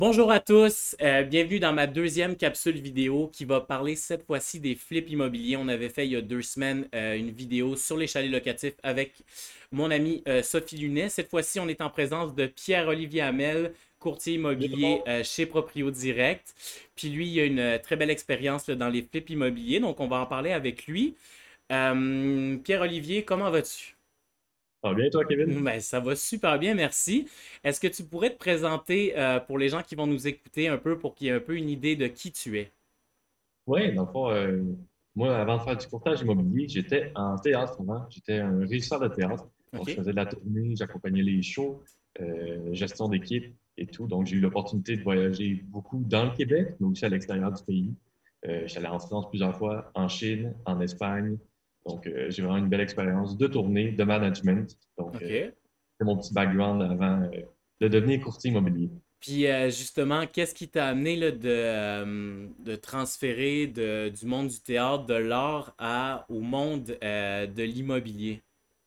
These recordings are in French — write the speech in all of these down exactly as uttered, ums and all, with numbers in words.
Bonjour à tous, euh, bienvenue dans ma deuxième capsule vidéo qui va parler cette fois-ci des flips immobiliers. On avait fait il y a deux semaines euh, une vidéo sur les chalets locatifs avec mon amie euh, Sophie Lunet. Cette fois-ci, on est en présence de Pierre-Olivier Hamel, courtier immobilier euh, chez Proprio Direct. Puis lui, il a une euh, très belle expérience là, dans les flips immobiliers, donc on va en parler avec lui. Euh, Pierre-Olivier, comment vas-tu? Ça va bien, toi, Kevin? Ben, ça va super bien, merci. Est-ce que tu pourrais te présenter euh, pour les gens qui vont nous écouter un peu pour qu'il y ait un peu une idée de qui tu es? Oui, dans le fond, euh, moi, avant de faire du courtage immobilier, j'étais en théâtre avant. J'étais un régisseur de théâtre. Donc, je OK? faisais de la tournée, j'accompagnais les shows, euh, gestion d'équipe et tout. Donc, j'ai eu l'opportunité de voyager beaucoup dans le Québec, mais aussi à l'extérieur du pays. Euh, je suis allé en France plusieurs fois, en Chine, en Espagne. Donc, euh, j'ai vraiment une belle expérience de tournée, de management. Donc, euh, OK. c'est mon petit background avant euh, de devenir courtier immobilier. Puis euh, justement, qu'est-ce qui t'a amené là, de, euh, de transférer de- du monde du théâtre, de l'art à, au monde euh, de l'immobilier?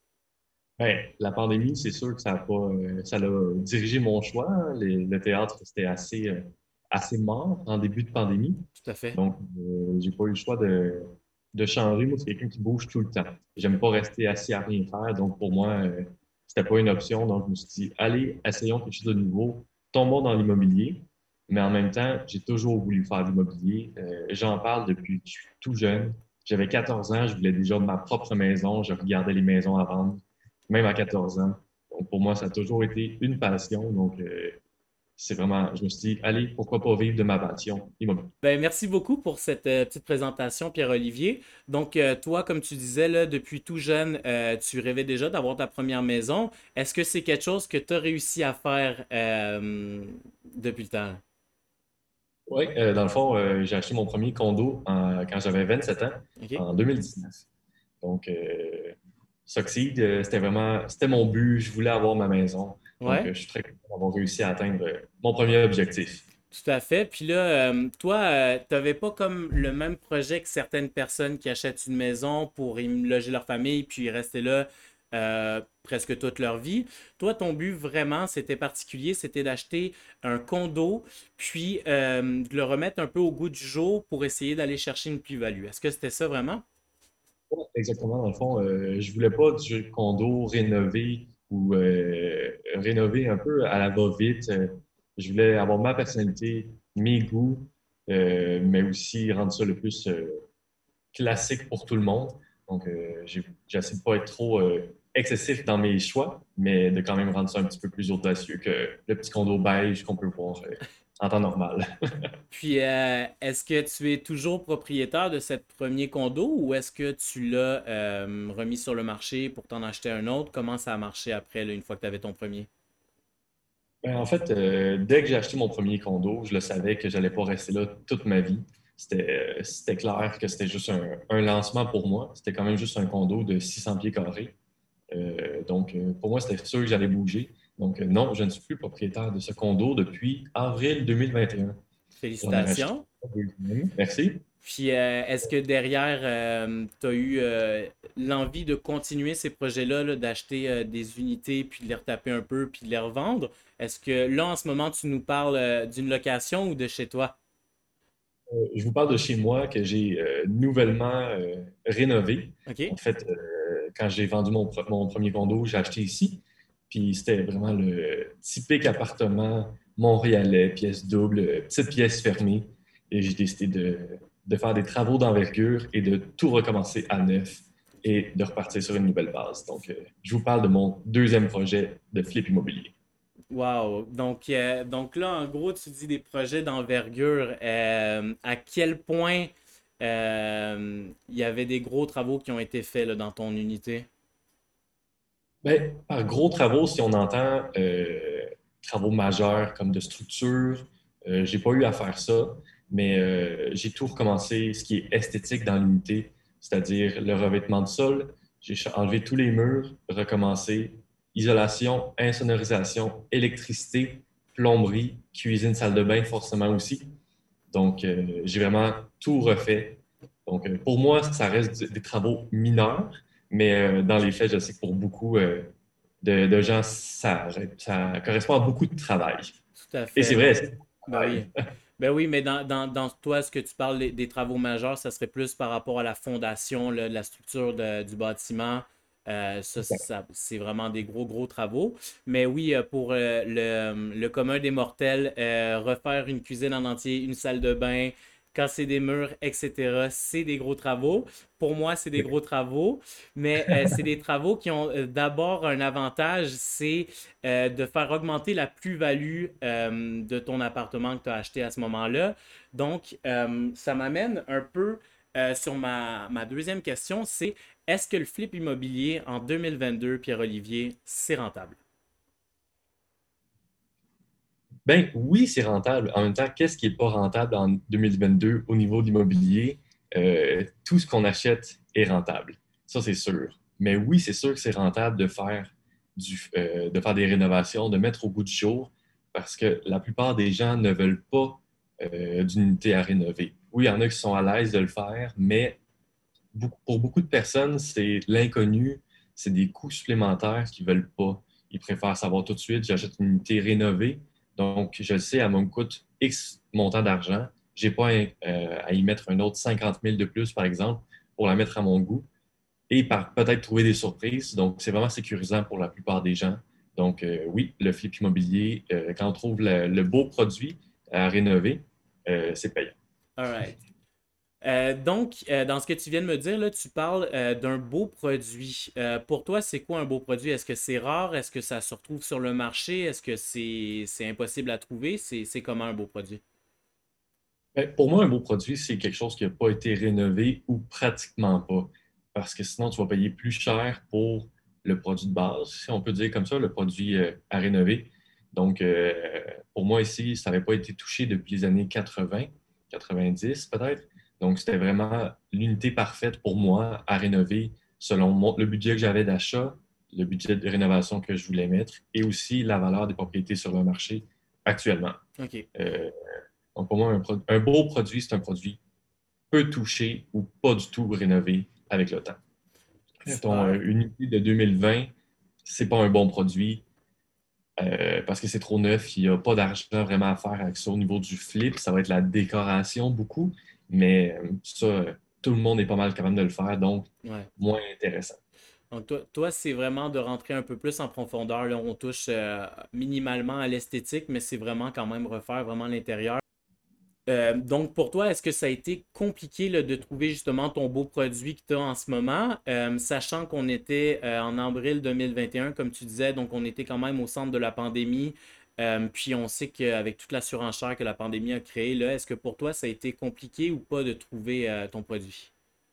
Ben, la pandémie, c'est sûr que ça a pas, euh, ça a dirigé mon choix, hein. Les- le théâtre, c'était assez, euh, assez mort en début de pandémie. Tout à fait. Donc, euh, j'ai pas eu le choix de, de changer. Moi, c'est quelqu'un qui bouge tout le temps. J'aime pas rester assis à rien faire. Donc, pour moi, euh, c'était pas une option. Donc, je me suis dit, allez, essayons quelque chose de nouveau. Tombons dans l'immobilier. Mais en même temps, j'ai toujours voulu faire de l'immobilier. Euh, j'en parle depuis que je suis tout jeune. J'avais quatorze ans, je voulais déjà ma propre maison. Je regardais les maisons à vendre, même à quatorze ans. Donc, pour moi, ça a toujours été une passion. Donc, euh, c'est vraiment, je me suis dit, allez, pourquoi pas vivre de ma passion immobilière. Ben, merci beaucoup pour cette euh, petite présentation, Pierre-Olivier. Donc, euh, toi, comme tu disais, là, depuis tout jeune, euh, tu rêvais déjà d'avoir ta première maison. Est-ce que c'est quelque chose que tu as réussi à faire euh, depuis le temps? Oui, euh, dans le fond, euh, j'ai acheté mon premier condo en- quand j'avais vingt-sept ans, OK? en deux mille dix-neuf. Donc, euh, Succeed, euh, c'était vraiment, c'était mon but. Je voulais avoir ma maison. Donc, Ouais? euh, je suis très content d'avoir réussi à atteindre euh, mon premier objectif. Tout à fait. Puis là, euh, toi, tu n'avais pas comme le même projet que certaines personnes qui achètent une maison pour y loger leur famille puis rester là euh, presque toute leur vie. Toi, ton but vraiment, c'était particulier, c'était d'acheter un condo puis euh, de le remettre un peu au goût du jour pour essayer d'aller chercher une plus-value. Est-ce que c'était ça vraiment? Ouais, exactement, dans le fond, euh, je voulais pas du condo rénové ou euh, rénover un peu à la va-vite. Euh, je voulais avoir ma personnalité, mes goûts, euh, mais aussi rendre ça le plus euh, classique pour tout le monde. Donc, euh, j'ai- j'essaie de pas être trop euh, excessif dans mes choix, mais de quand même rendre ça un petit peu plus audacieux que le petit condo beige qu'on peut voir euh, en temps normal. Puis, euh, est-ce que tu es toujours propriétaire de ce premier condo ou est-ce que tu l'as euh, remis sur le marché pour t'en acheter un autre? Comment ça a marché après, là, une fois que tu avais ton premier? Ben, en fait, euh, dès que j'ai acheté mon premier condo, je le savais que j'allais pas rester là toute ma vie. C'était, euh, c'était clair que c'était juste un, un lancement pour moi. C'était quand même juste un condo de six cents pieds carrés. Euh, donc, euh, pour moi, c'était sûr que j'allais bouger. Donc, euh, non, je ne suis plus propriétaire de ce condo depuis avril deux mille vingt et un. J'en ai racheté Félicitations. un deuxième. Merci. Puis, euh, est-ce que derrière, tu as eu euh, l'envie de continuer ces projets-là, là, d'acheter euh, des unités, puis de les retaper un peu, puis de les revendre? Est-ce que là, en ce moment, tu nous parles euh, d'une location ou de chez toi? Euh, je vous parle de chez moi que j'ai euh, nouvellement euh, rénové. En OK? fait, euh, quand j'ai vendu mon, pre- mon premier condo, j'ai acheté ici. Puis c'était vraiment le typique appartement montréalais, pièce double, euh, petite pièce fermée. Et j'ai décidé de, de faire des travaux d'envergure et de tout recommencer à neuf et de repartir sur une nouvelle base. Donc, euh, je vous parle de mon deuxième projet de flip immobilier. Wow. Donc, euh, donc là, en gros, tu dis des projets d'envergure. Euh, à quel point euh, il y avait des gros travaux qui ont été faits là, dans ton unité? Ben, par gros travaux, si on entend euh, travaux majeurs comme de structure, euh, j'ai pas eu à faire ça, mais euh, j'ai tout recommencé, ce qui est esthétique dans l'unité, c'est-à-dire le revêtement de sol. J'ai ch- enlevé tous les murs, recommencé isolation, insonorisation, électricité, plomberie, cuisine, salle de bain, forcément aussi. Donc, euh, j'ai vraiment tout refait. Donc, euh, pour moi, ça reste du- des travaux mineurs, mais euh, dans les faits, je sais que pour beaucoup euh, de, de gens, ça, ça correspond à beaucoup de travail. Tout à Et fait. c'est Donc, vrai, Ben oui. Ben oui, mais dans, dans, dans toi, ce que tu parles des, des travaux majeurs, ça serait plus par rapport à la fondation, là, la structure de- du bâtiment. Euh, ça, ça- c'est vraiment des gros, gros travaux. Mais oui, euh, pour euh, le, le commun des mortels, euh, refaire une cuisine en entier, une salle de bain, casser des murs, et cetera, c'est des gros travaux. Pour moi, c'est des gros travaux, mais euh, c'est des travaux qui ont euh, d'abord un avantage, c'est euh, de faire augmenter la plus-value euh, de ton appartement que tu as acheté à ce moment-là. Donc, euh, ça m'amène un peu euh, sur ma, ma deuxième question, c'est est-ce que le flip immobilier en deux mille vingt-deux, Pierre-Olivier, c'est rentable? Ben oui, c'est rentable. En même temps, qu'est-ce qui n'est pas rentable en deux mille vingt-deux au niveau de l'immobilier? Euh, tout ce qu'on achète est rentable. Ça, c'est sûr. Mais oui, c'est sûr que c'est rentable de faire du, euh, de faire des rénovations, de mettre au goût du jour, parce que la plupart des gens ne veulent pas euh, d'unité à rénover. Oui, il y en a qui sont à l'aise de le faire, mais beaucoup- pour beaucoup de personnes, c'est l'inconnu, c'est des coûts supplémentaires qu'ils ne veulent pas. Ils préfèrent savoir tout de suite, j'achète une unité rénovée, donc je sais, elle me coûte X montant d'argent. Je n'ai pas à, euh, à y mettre un autre cinquante mille de plus, par exemple, pour la mettre à mon goût et par peut-être trouver des surprises. Donc, c'est vraiment sécurisant pour la plupart des gens. Donc, euh, oui, le flip immobilier, euh, quand on trouve le, le beau produit à rénover, euh, c'est payant. All right. Euh, donc, euh, dans ce que tu viens de me dire, là, tu parles euh, d'un beau produit. Euh, pour toi, c'est quoi un beau produit? Est-ce que c'est rare? Est-ce que ça se retrouve sur le marché? Est-ce que c'est c'est impossible à trouver? C'est c'est comment un beau produit? Ben, pour moi, un beau produit, c'est quelque chose qui n'a pas été rénové ou pratiquement pas. Parce que sinon, tu vas payer plus cher pour le produit de base, si on peut dire comme ça, le produit euh, à rénover. Donc, euh, pour moi ici, ça n'avait pas été touché depuis les années quatre-vingts, quatre-vingt-dix peut-être. Donc, c'était vraiment l'unité parfaite pour moi à rénover selon mon- le budget que j'avais d'achat, le budget de rénovation que je voulais mettre et aussi la valeur des propriétés sur le marché actuellement. OK. Euh, donc, pour moi, un, pro- un beau produit, c'est un produit peu touché ou pas du tout rénové avec le temps. Ton Super. euh, unité de deux mille vingt, c'est pas un bon produit euh, parce que c'est trop neuf. Il n'y a pas d'argent vraiment à faire avec ça au niveau du flip. Ça va être la décoration beaucoup, mais euh, ça, euh, tout le monde est pas mal capable de le faire, donc Ouais. moins intéressant. Donc, toi, toi, c'est vraiment de rentrer un peu plus en profondeur. Là, on touche euh, minimalement à l'esthétique, mais c'est vraiment quand même refaire vraiment l'intérieur. Euh, donc, pour toi, est-ce que ça a été compliqué là, de trouver justement ton beau produit que tu as en ce moment, Euh, sachant qu'on était euh, en avril deux mille vingt et un, comme tu disais, donc on était quand même au centre de la pandémie. Euh, puis on sait qu'avec toute la surenchère que la pandémie a créée, là, est-ce que pour toi, ça a été compliqué ou pas de trouver euh, ton produit?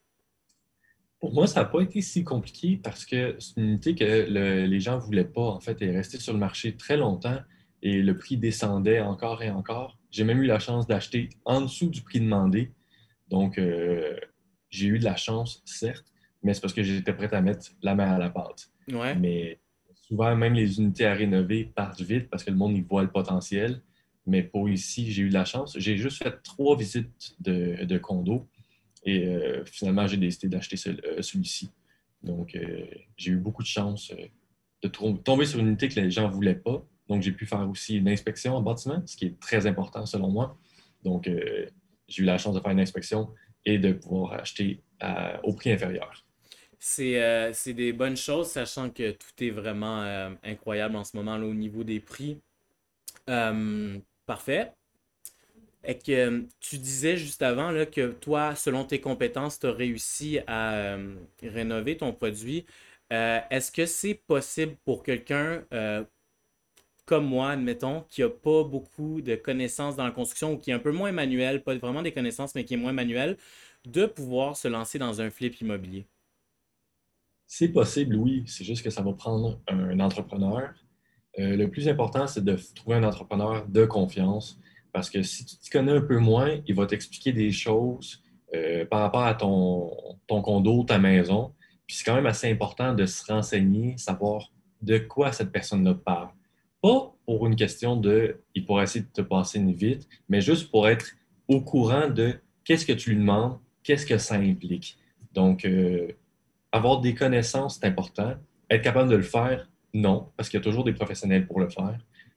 Pour moi, ça n'a pas été si compliqué parce que c'est une unité que le- les gens ne voulaient pas. En fait, elle est restée sur le marché très longtemps et le prix descendait encore et encore. J'ai même eu la chance d'acheter en dessous du prix demandé. Donc, euh, j'ai eu de la chance, certes, mais c'est parce que j'étais prêt à mettre la main à la pâte. Ouais. Mais souvent, même les unités à rénover partent vite parce que le monde y voit le potentiel. Mais pour ici, j'ai eu de la chance. J'ai juste fait trois visites de, de condo et euh, finalement, j'ai décidé d'acheter ce- euh, celui-ci. Donc, euh, j'ai eu beaucoup de chance euh, de trom- tomber sur une unité que les gens ne voulaient pas. Donc, j'ai pu faire aussi une inspection en bâtiment, ce qui est très important selon moi. Donc, euh, j'ai eu la chance de faire une inspection et de pouvoir acheter à- au prix inférieur. C'est euh, c'est des bonnes choses, sachant que tout est vraiment euh, incroyable en ce moment là, au niveau des prix. Euh, Parfait. Et que euh, tu disais juste avant là, que toi, selon tes compétences, tu as réussi à euh, rénover ton produit. Euh, est-ce que c'est possible pour quelqu'un euh, comme moi, admettons, qui n'a pas beaucoup de connaissances dans la construction ou qui est un peu moins manuel, pas vraiment des connaissances, mais qui est moins manuel, de pouvoir se lancer dans un flip immobilier? C'est possible, oui. C'est juste que ça va prendre un entrepreneur. Euh, le plus important, c'est de trouver un entrepreneur de confiance parce que si tu te connais un peu moins, il va t'expliquer des choses euh, par rapport à ton, ton condo, ta maison. Puis c'est quand même assez important de se renseigner, savoir de quoi cette personne-là parle. Pas pour une question de, il pourrait essayer de te passer une vite, mais juste pour être au courant de qu'est-ce que tu lui demandes, qu'est-ce que ça implique. Donc, euh, avoir des connaissances, c'est important. Être capable de le faire, non, parce qu'il y a toujours des professionnels pour le faire.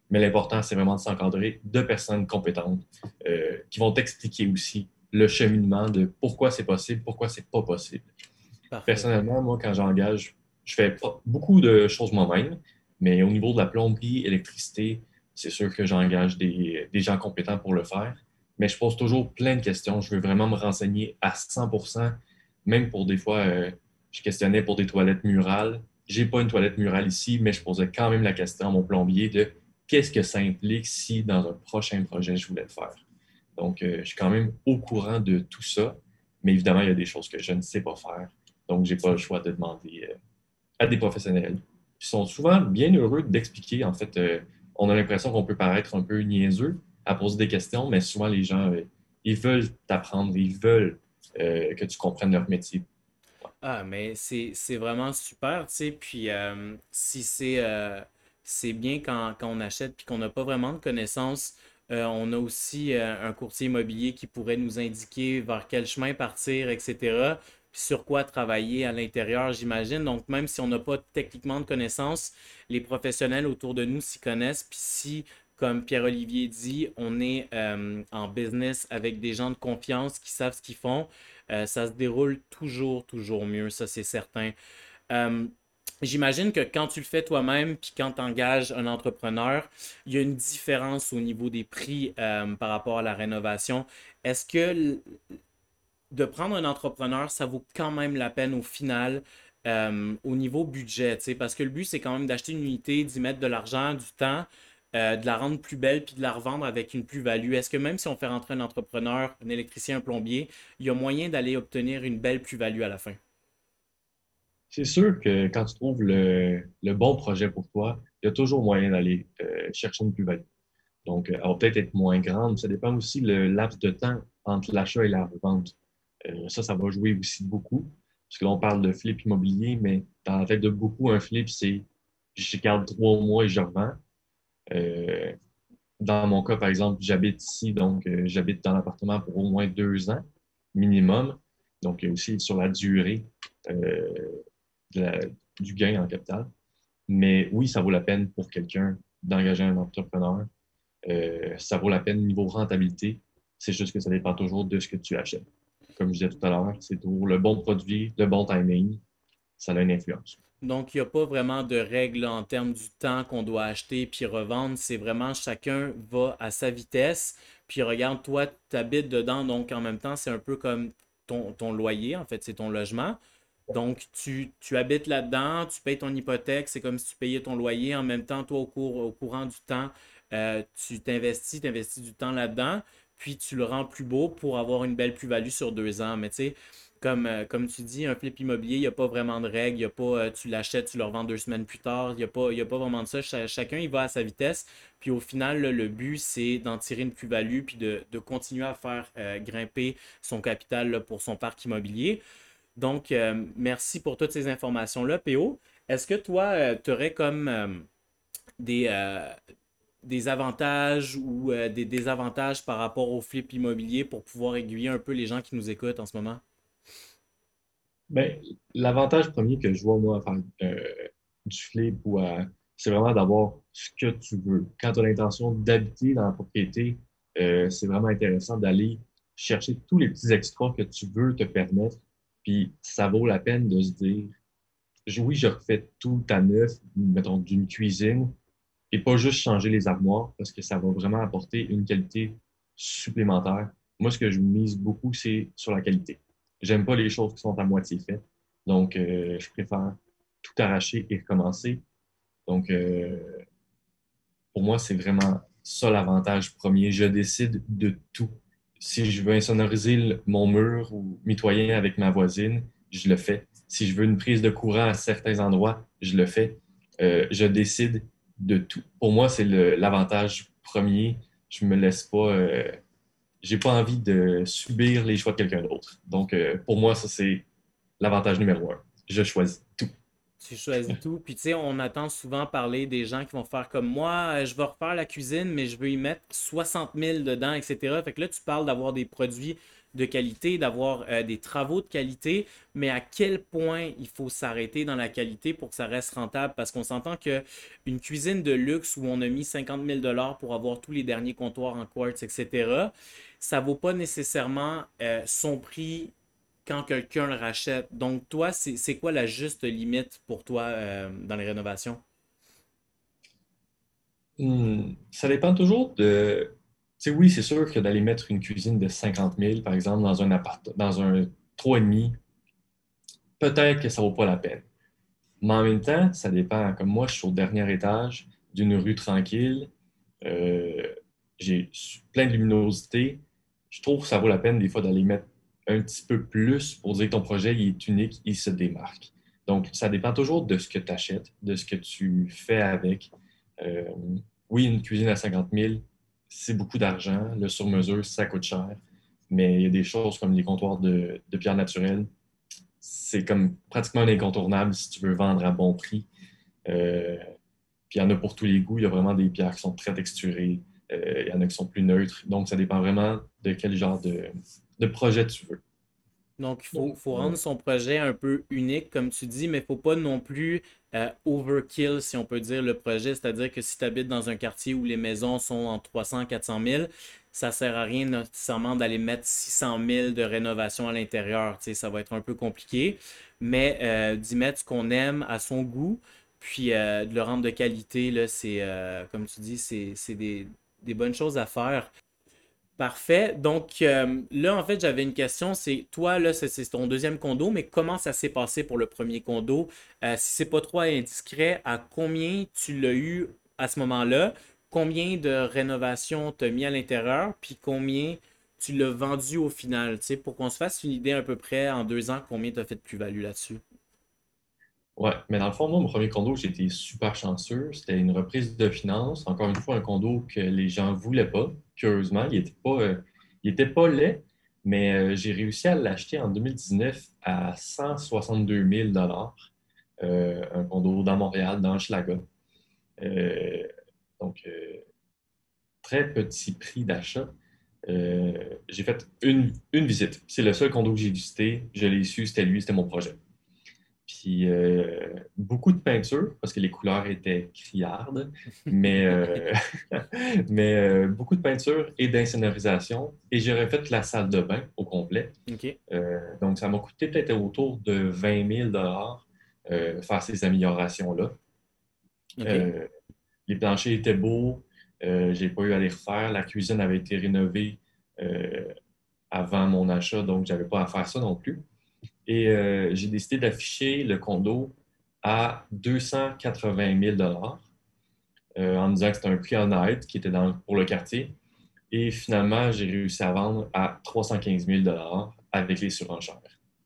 Mais l'important, c'est vraiment de s'encadrer de personnes compétentes euh, qui vont t'expliquer aussi le cheminement de pourquoi c'est possible, pourquoi c'est pas possible. Parfait. Personnellement, moi, quand j'engage, je fais pas beaucoup de choses moi-même, mais au niveau de la plomberie, électricité, c'est sûr que j'engage des, des gens compétents pour le faire. Mais je pose toujours plein de questions. Je veux vraiment me renseigner à cent pour cent, même pour des fois, euh, je questionnais pour des toilettes murales. J'ai pas une toilette murale ici, mais je posais quand même la question à mon plombier de qu'est-ce que ça implique si dans un prochain projet, je voulais le faire. Donc, euh, je suis quand même au courant de tout ça, mais évidemment, il y a des choses que je ne sais pas faire. Donc, j'ai pas le choix de demander euh, à des professionnels qui sont souvent bien heureux d'expliquer. En fait, euh, on a l'impression qu'on peut paraître un peu niaiseux à poser des questions, mais souvent les gens, euh, ils veulent t'apprendre, ils veulent euh, que tu comprennes leur métier. Ah, mais c'est c'est vraiment super, tu sais. Puis euh, si c'est euh, c'est bien quand, quand on achète puis qu'on n'a pas vraiment de connaissances, euh, on a aussi euh, un courtier immobilier qui pourrait nous indiquer vers quel chemin partir, et cetera. Puis sur quoi travailler à l'intérieur, j'imagine. Donc même si on n'a pas techniquement de connaissances, les professionnels autour de nous s'y connaissent. Puis si, comme Pierre-Olivier dit, on est euh, en business avec des gens de confiance qui savent ce qu'ils font, euh, ça se déroule toujours, toujours mieux, ça c'est certain. Euh, J'imagine que quand tu le fais toi-même, puis quand tu engages un entrepreneur, il y a une différence au niveau des prix euh, par rapport à la rénovation. Est-ce que l- de prendre un entrepreneur, ça vaut quand même la peine au final euh, au niveau budget, tu sais, parce que le but, c'est quand même d'acheter une unité, d'y mettre de l'argent, du temps, euh, de la rendre plus belle, puis de la revendre avec une plus-value. Est-ce que même si on fait rentrer un entrepreneur, un électricien, un plombier, il y a moyen d'aller obtenir une belle plus-value à la fin? C'est sûr que quand tu trouves le, le bon projet pour toi, il y a toujours moyen d'aller euh, chercher une plus-value. Donc, euh, elle va peut-être être moins grande. Ça dépend aussi le laps de temps entre l'achat et la revente. Euh, ça, ça va jouer aussi beaucoup. Parce que là, on parle de flip immobilier, mais dans la tête de beaucoup, un flip, c'est je garde trois mois et je revends. Euh, Dans mon cas, par exemple, j'habite ici, donc euh, j'habite dans l'appartement pour au moins deux ans minimum. Donc, il y a aussi sur la durée euh, de la- du gain en capital. Mais oui, ça vaut la peine pour quelqu'un d'engager un entrepreneur. Euh, ça vaut la peine niveau rentabilité. C'est juste que ça dépend toujours de ce que tu achètes. Comme je disais tout à l'heure, c'est toujours le bon produit, le bon timing, ça a une influence. Donc, il n'y a pas vraiment de règles en termes du temps qu'on doit acheter puis revendre. C'est vraiment chacun va à sa vitesse. Puis regarde, toi, tu habites dedans. Donc, en même temps, c'est un peu comme ton, ton loyer. En fait, c'est ton logement. Donc, tu, tu habites là-dedans, tu payes ton hypothèque. C'est comme si tu payais ton loyer. En même temps, toi, au cours, au courant du temps, euh, tu t'investis, tu investis du temps là-dedans. Puis, tu le rends plus beau pour avoir une belle plus-value sur deux ans. Mais tu sais, comme, euh, comme tu dis, un flip immobilier, il n'y a pas vraiment de règles. Il y a pas, euh, tu l'achètes, tu le revends deux semaines plus tard. Il n'y a pas, il y a pas vraiment de ça. Cha- chacun, il va à sa vitesse. Puis au final, là, le but, c'est d'en tirer une plus-value puis de, de continuer à faire euh, grimper son capital là, pour son parc immobilier. Donc, euh, merci pour toutes ces informations-là, P O. Est-ce que toi, tu aurais comme euh, des, euh, des avantages ou euh, des désavantages par rapport au flip immobilier pour pouvoir aiguiller un peu les gens qui nous écoutent en ce moment? Ben, l'avantage premier que je vois, moi, à faire euh, du flip, ou à- c'est vraiment d'avoir ce que tu veux. Quand tu as l'intention d'habiter dans la propriété, euh, c'est vraiment intéressant d'aller chercher tous les petits extras que tu veux te permettre. Puis ça vaut la peine de se dire, je- oui, je refais tout à neuf, mettons d'une cuisine, et pas juste changer les armoires, parce que ça va vraiment apporter une qualité supplémentaire. Moi, ce que je mise beaucoup, c'est sur la qualité. J'aime pas les choses qui sont à moitié faites. Donc, euh, je préfère tout arracher et recommencer. Donc, euh, pour moi, c'est vraiment ça l'avantage premier. Je décide de tout. Si je veux insonoriser le- mon mur ou mitoyer avec ma voisine, je le fais. Si je veux une prise de courant à certains endroits, je le fais. Euh, je décide de tout. Pour moi, c'est le- l'avantage premier. Je me laisse pas, euh, j'ai pas envie de subir les choix de quelqu'un d'autre. Donc, euh, pour moi, ça, c'est l'avantage numéro un. Je choisis tout. Tu choisis tout. Puis tu sais, on attend souvent parler des gens qui vont faire comme moi, euh, je vais refaire la cuisine, mais je veux y mettre soixante mille dedans, et cetera. Fait que là, tu parles d'avoir des produits de qualité, d'avoir euh, des travaux de qualité, mais à quel point il faut s'arrêter dans la qualité pour que ça reste rentable? Parce qu'on s'entend que une cuisine de luxe où on a mis cinquante mille dollars pour avoir tous les derniers comptoirs en quartz, et cetera, ça vaut pas nécessairement euh, son prix quand quelqu'un le rachète. Donc, toi, c'est c'est quoi la juste limite pour toi euh, dans les rénovations? Hmm, ça dépend toujours de. Tu sais, oui, c'est sûr que d'aller mettre une cuisine de cinquante mille, par exemple, dans un appart, dans un trois et demi, peut-être que ça vaut pas la peine. Mais en même temps, ça dépend. Comme moi, je suis au dernier étage d'une rue tranquille. Euh, j'ai plein de luminosité. Je trouve que ça vaut la peine des fois d'aller mettre un petit peu plus pour dire que ton projet il est unique, il se démarque. Donc, ça dépend toujours de ce que tu achètes, de ce que tu fais avec. Euh, oui, une cuisine à cinquante mille, c'est beaucoup d'argent. Le sur-mesure, ça coûte cher. Mais il y a des choses comme les comptoirs de, de pierre naturelle. C'est comme pratiquement un incontournable si tu veux vendre à bon prix. Euh, Puis il y en a pour tous les goûts. Il y a vraiment des pierres qui sont très texturées. Euh, il y en a qui sont plus neutres. Donc, ça dépend vraiment de quel genre de, de projet tu veux. Donc, il faut, Donc, faut euh, rendre son projet un peu unique, comme tu dis, mais il ne faut pas non plus euh, overkill, si on peut dire, le projet. C'est-à-dire que si tu habites dans un quartier où les maisons sont entre trois cents et quatre cent mille, ça ne sert à rien nécessairement d'aller mettre six cent mille de rénovation à l'intérieur. Tu sais, ça va être un peu compliqué, mais euh, d'y mettre ce qu'on aime à son goût, puis euh, de le rendre de qualité, là, c'est, euh, comme tu dis, c'est, c'est des, des bonnes choses à faire. Parfait. Donc euh, là, en fait, j'avais une question. C'est toi, là, c'est c'est ton deuxième condo, mais comment ça s'est passé pour le premier condo? Euh, si c'est pas trop indiscret, à combien tu l'as eu à ce moment-là? Combien de rénovations t'as mis à l'intérieur? Puis combien tu l'as vendu au final? Tu sais, pour qu'on se fasse une idée à peu près en deux ans, combien tu as fait de plus-value là-dessus? ouais, mais dans le fond, moi, mon premier condo, j'ai été super chanceux. C'était une reprise de finances. Encore une fois, un condo que les gens ne voulaient pas. Curieusement, il n'était pas, euh, il était pas laid, mais euh, j'ai réussi à l'acheter en deux mille dix-neuf à cent soixante-deux mille euh, un condo dans Montréal, dans Hochelaga. Euh, donc, euh, très petit prix d'achat. Euh, j'ai fait une, une visite. C'est le seul condo que j'ai visité. Je l'ai su, c'était lui, c'était mon projet. Puis euh, beaucoup de peinture, parce que les couleurs étaient criardes, mais, euh, mais euh, beaucoup de peinture et d'insonorisation. Et j'ai refait la salle de bain au complet. OK. Euh, donc, ça m'a coûté peut-être autour de vingt mille euh, faire ces améliorations-là. OK. Euh, les planchers étaient beaux. Euh, j'ai pas eu à les refaire. La cuisine avait été rénovée euh, avant mon achat, donc j'avais pas à faire ça non plus. Et euh, j'ai décidé d'afficher le condo à deux cent quatre-vingt mille euh, en me disant que c'était un prix honnête qui était dans, pour le quartier. Et finalement, j'ai réussi à vendre à trois cent quinze mille avec les surenchères.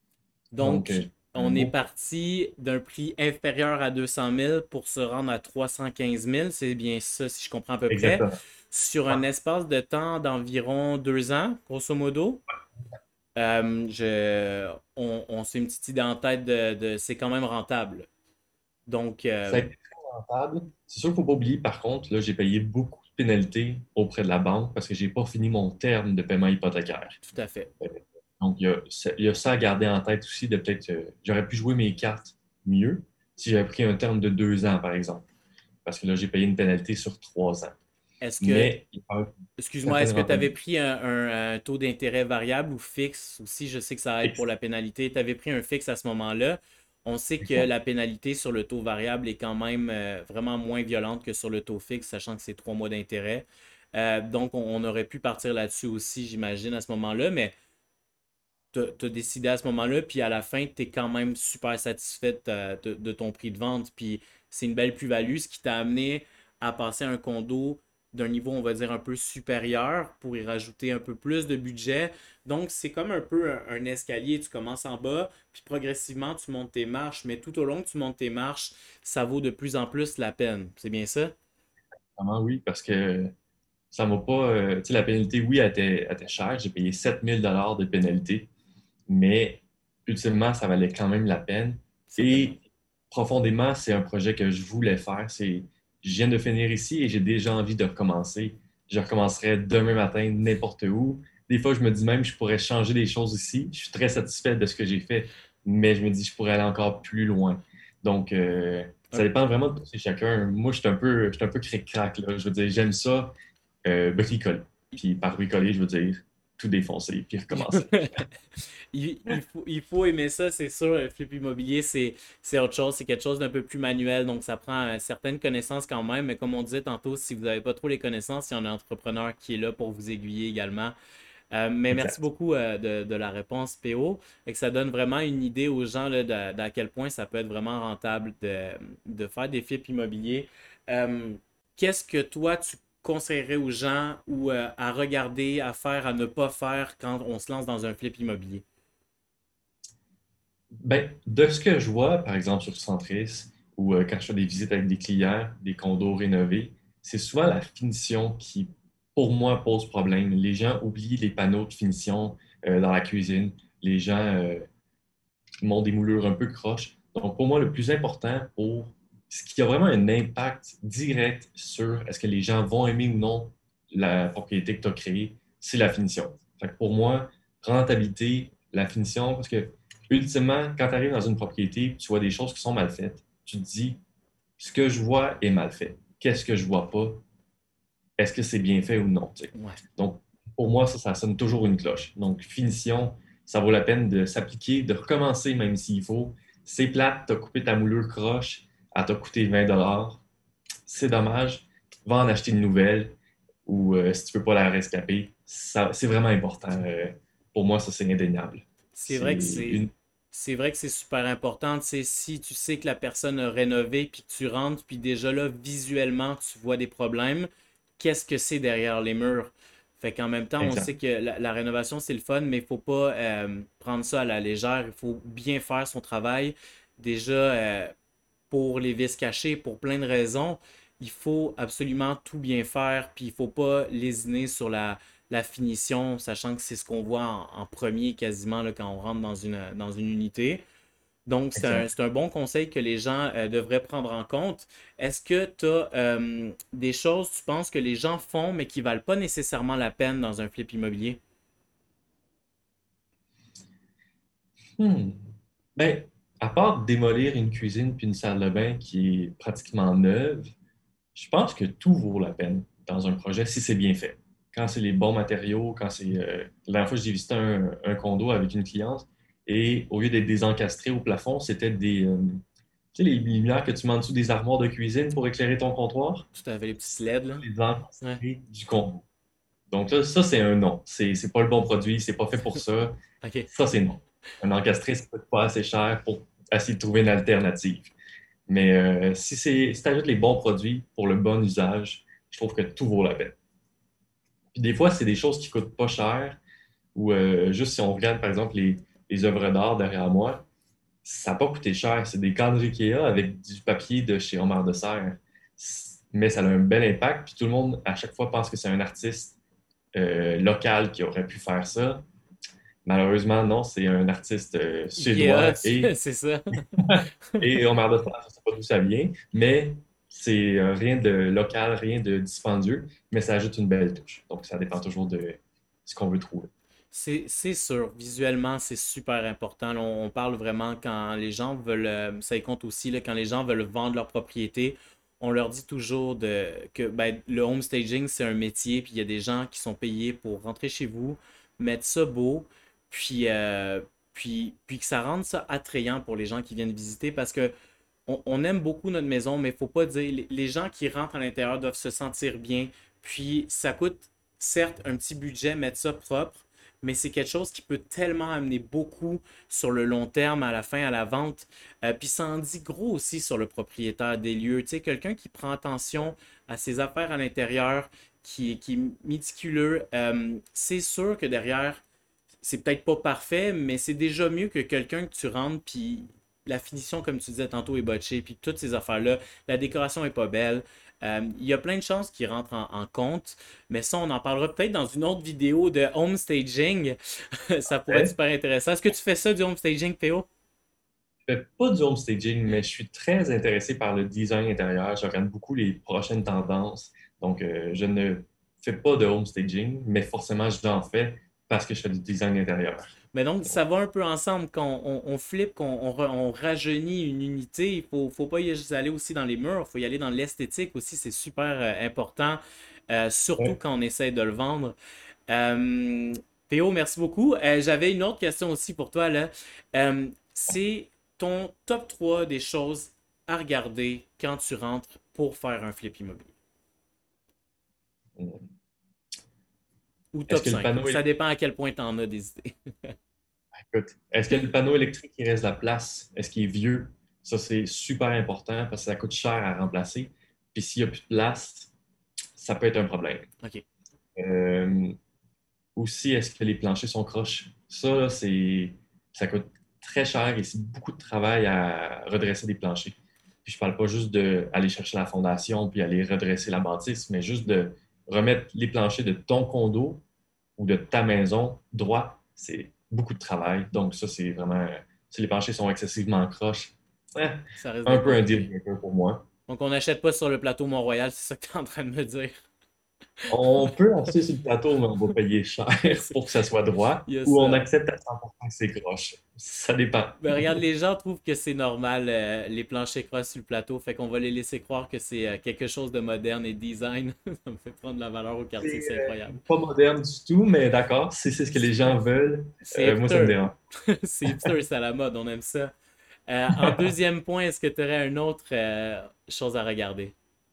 Donc, euh, Donc, un on est beau prix. parti d'un prix inférieur à deux cent mille pour se rendre à trois cent quinze mille. C'est bien ça, si je comprends à peu près. Exactement. Sur Ouais, un espace de temps d'environ deux ans, grosso modo. Euh, je, on, on s'est une petite idée en tête de, de- c'est quand même rentable. Donc, ça a euh, été très rentable. C'est sûr qu'il ne faut pas oublier, par contre, là, j'ai payé beaucoup de pénalités auprès de la banque parce que je n'ai pas fini mon terme de paiement hypothécaire. tout à fait. Euh, Donc, il y a, ça il y a ça à garder en tête aussi de peut-être, euh, j'aurais pu jouer mes cartes mieux si j'avais pris un terme de deux ans, par exemple. Parce que là, j'ai payé une pénalité sur trois ans. Est-ce que, Mais il y a une excuse-moi, certaine est-ce que tu avais rentabilité pris un, un- un taux d'intérêt variable ou fixe aussi? Je sais que ça aide pour fixe. la pénalité. Tu avais pris un fixe à ce moment-là. On sait que Exact. la pénalité sur le taux variable est quand même euh, vraiment moins violente que sur le taux fixe, sachant que c'est trois mois d'intérêt. Euh, donc, on, on aurait pu partir là-dessus aussi, j'imagine, à ce moment-là, mais tu as décidé à ce moment-là, puis à la fin, tu es quand même super satisfait de, ta- de- de ton prix de vente, puis c'est une belle plus-value, ce qui t'a amené à passer un condo d'un niveau, on va dire, un peu supérieur pour y rajouter un peu plus de budget. Donc, c'est comme un peu un, un escalier. Tu commences en bas, puis progressivement, tu montes tes marches, mais tout au long que tu montes tes marches, ça vaut de plus en plus la peine. C'est bien ça? Vraiment, oui, parce que ça m'a pas. Euh, tu sais, la pénalité, oui, elle était, elle était chère. J'ai payé sept mille de pénalité, mais ultimement, ça valait quand même la peine. Certainement. Et profondément, c'est un projet que je voulais faire. C'est, je viens de finir ici et j'ai déjà envie de recommencer. Je recommencerai demain matin n'importe où. Des fois, je me dis même, je pourrais changer des choses ici. Je suis très satisfait de ce que j'ai fait, mais je me dis, je pourrais aller encore plus loin. Donc, euh, ça dépend vraiment de chacun. Moi, je suis un peu, je suis un peu cric-crac, là. Je veux dire, j'aime ça, euh, bricoler. Puis par bricoler, je veux dire tout défoncer puis recommencer. il, il faut, il faut aimer ça, c'est sûr. Le flip immobilier, c'est, c'est autre chose. C'est quelque chose d'un peu plus manuel. Donc, ça prend euh, certaines connaissances quand même. Mais comme on disait tantôt, si vous n'avez pas trop les connaissances, il y a un entrepreneur qui est là pour vous aiguiller également. Euh, mais merci Exact. beaucoup euh, de, de la réponse, P O. Et que ça donne vraiment une idée aux gens là, de- d'à quel point ça peut être vraiment rentable de, de faire des flips immobiliers. Euh, Qu'est-ce que toi, tu conseillerais aux gens ou euh, à regarder, à faire, à ne pas faire quand on se lance dans un flip immobilier? Ben, de ce que je vois, par exemple sur Centris, ou euh, quand je fais des visites avec des clients, des condos rénovés, c'est souvent la finition qui, pour moi, pose problème. Les gens oublient les panneaux de finition euh, dans la cuisine. Les gens euh, montent des moulures un peu croches. Donc, pour moi, le plus important pour ce qui a vraiment un impact direct sur est-ce que les gens vont aimer ou non la propriété que tu as créée, c'est la finition. Fait que pour moi, rentabilité, la finition, parce que ultimement, quand tu arrives dans une propriété, tu vois des choses qui sont mal faites, tu te dis, ce que je vois est mal fait. Qu'est-ce que je vois pas? Est-ce que c'est bien fait ou non? Tu sais. Ouais. Donc, pour moi, ça, ça sonne toujours une cloche. Donc, finition, ça vaut la peine de s'appliquer, de recommencer même s'il faut. C'est plate, tu as coupé ta moulure croche, elle t'a coûté vingt dollars. C'est dommage. Va en acheter une nouvelle ou euh, si tu peux pas la rescaper, ça, c'est vraiment important. Euh, pour moi, ça, c'est indéniable. C'est C'est vrai que c'est une... c'est vrai que c'est super important. Tu sais, si tu sais que la personne a rénové, puis que tu rentres, puis déjà là, visuellement, tu vois des problèmes, qu'est-ce que c'est derrière les murs? Fait qu'en même temps, on Exact. sait que la, la rénovation, c'est le fun, mais il faut pas euh, prendre ça à la légère. Il faut bien faire son travail. Déjà, euh, pour les vis cachées, pour plein de raisons. Il faut absolument tout bien faire, puis il faut pas lésiner sur la, la finition, sachant que c'est ce qu'on voit en, en premier quasiment là, quand on rentre dans une, dans une unité. Donc, c'est un, Exact. c'est un bon conseil que les gens euh, devraient prendre en compte. Est-ce que tu as euh, des choses, tu penses, que les gens font, mais qui valent pas nécessairement la peine dans un flip immobilier? Hmm. Ben, à part démolir une cuisine puis une salle de bain qui est pratiquement neuve, je pense que tout vaut la peine dans un projet si c'est bien fait. Quand c'est les bons matériaux, quand c'est... euh, la dernière fois, j'ai visité un, un condo avec une cliente et au lieu d'être désencastré au plafond, c'était des... euh, tu sais, les lumières que tu mets en dessous des armoires de cuisine pour éclairer ton comptoir, Tout à fait, les petites c'était L E D, là. les Ouais. encastrés du condo. Donc là, ça, c'est un non. C'est c'est pas le bon produit, c'est pas fait pour ça. OK. Ça, c'est non. Un encastré, ça coûte pas assez cher pour essayer de trouver une alternative. Mais euh, si c'est, si tu ajoutes les bons produits pour le bon usage, je trouve que tout vaut la peine. Puis des fois, c'est des choses qui coûtent pas cher, ou euh, juste si on regarde, par exemple, les, les œuvres d'art derrière moi, ça n'a pas coûté cher. C'est des cadres Ikea avec du papier de chez Omar de Serre. Mais ça a un bel impact, puis tout le monde, à chaque fois, pense que c'est un artiste euh, local qui aurait pu faire ça. Malheureusement, non, c'est un artiste euh, Ikea, suédois et, c'est ça. et Omar de Serre, je ne sais pas d'où ça vient, mais c'est euh, rien de local, rien de dispendieux, mais ça ajoute une belle touche. Donc, ça dépend toujours de ce qu'on veut trouver. C'est, c'est sûr, visuellement, c'est super important. Là, on, on parle vraiment quand les gens veulent, euh, ça y compte aussi, là, quand les gens veulent vendre leur propriété, on leur dit toujours de, que ben, le home staging, c'est un métier, puis il y a des gens qui sont payés pour rentrer chez vous, mettre ça beau, puis, euh, puis, puis que ça rende ça attrayant pour les gens qui viennent visiter, parce que on, on aime beaucoup notre maison, mais il faut pas dire, les, les gens qui rentrent à l'intérieur doivent se sentir bien, puis ça coûte certes un petit budget mettre ça propre, mais c'est quelque chose qui peut tellement amener beaucoup sur le long terme, à la fin, à la vente. Euh, puis ça en dit gros aussi sur le propriétaire des lieux. Tu sais, quelqu'un qui prend attention à ses affaires à l'intérieur, qui, qui est méticuleux, euh, c'est sûr que derrière, c'est peut-être pas parfait, mais c'est déjà mieux que quelqu'un que tu rentres, puis la finition, comme tu disais tantôt, est botchée, puis toutes ces affaires-là, la décoration est pas belle. Euh, Il y a plein de choses qui rentrent en, en compte, mais ça, on en parlera peut-être dans une autre vidéo de home staging. Ça pourrait être Fait, super intéressant. Est-ce que tu fais ça du home staging, Théo? fais pas du home staging, mais je suis très intéressé par le design intérieur. Je regarde beaucoup les prochaines tendances. Donc, euh, je ne fais pas de home staging, mais forcément, j'en fais parce que je fais du design intérieur. Mais donc, ça va un peu ensemble. Quand on, on flippe, qu'on on, ra- on rajeunit une unité, il faut, faut pas y juste aller aussi dans les murs, il faut y aller dans l'esthétique aussi, c'est super euh, important, euh, surtout Ouais. quand on essaie de le vendre. Euh, Théo, merci beaucoup. Euh, j'avais une autre question aussi pour toi, là. Euh, c'est ton top trois des choses à regarder quand tu rentres pour faire un flip immobilier. Ou Est-ce top que le cinq. panneau Ça électrique, dépend à quel point tu en as des idées. écoute, est-ce que le panneau électrique, il reste de la place? Est-ce qu'il est vieux? Ça, c'est super important parce que ça coûte cher à remplacer. Puis s'il n'y a plus de place, ça peut être un problème. OK. Euh, Aussi, est-ce que les planchers sont croches? Ça, là, c'est, ça coûte très cher et c'est beaucoup de travail à redresser des planchers. Puis je parle pas juste d'aller chercher la fondation puis aller redresser la bâtisse, mais juste de remettre les planchers de ton condo ou de ta maison droit. C'est beaucoup de travail. Donc ça, c'est vraiment... Si les planchers sont excessivement croches, eh, Ça risque un d'être peu un deal compliqué. breaker pour moi. Donc, on n'achète pas sur le plateau Mont-Royal, c'est ça que tu es en train de me dire. On peut acheter sur le plateau, mais on va payer cher C'est- pour que ça soit droit, Il y a ou on ça. accepte à cent pour cent que c'est croche. Ça dépend. Ben, regarde, les gens trouvent que c'est normal, euh, les planchers croches sur le plateau, fait qu'on va les laisser croire que c'est euh, quelque chose de moderne et design. Ça me fait prendre la valeur au quartier, C'est c'est euh, incroyable. pas moderne du tout, mais d'accord, si c'est ce que les gens veulent, C'est euh, moi ça me hipster. dérange. C'est hipster, c'est à la mode, on aime ça. Euh, en deuxième point, est-ce que tu aurais une autre euh, chose à regarder?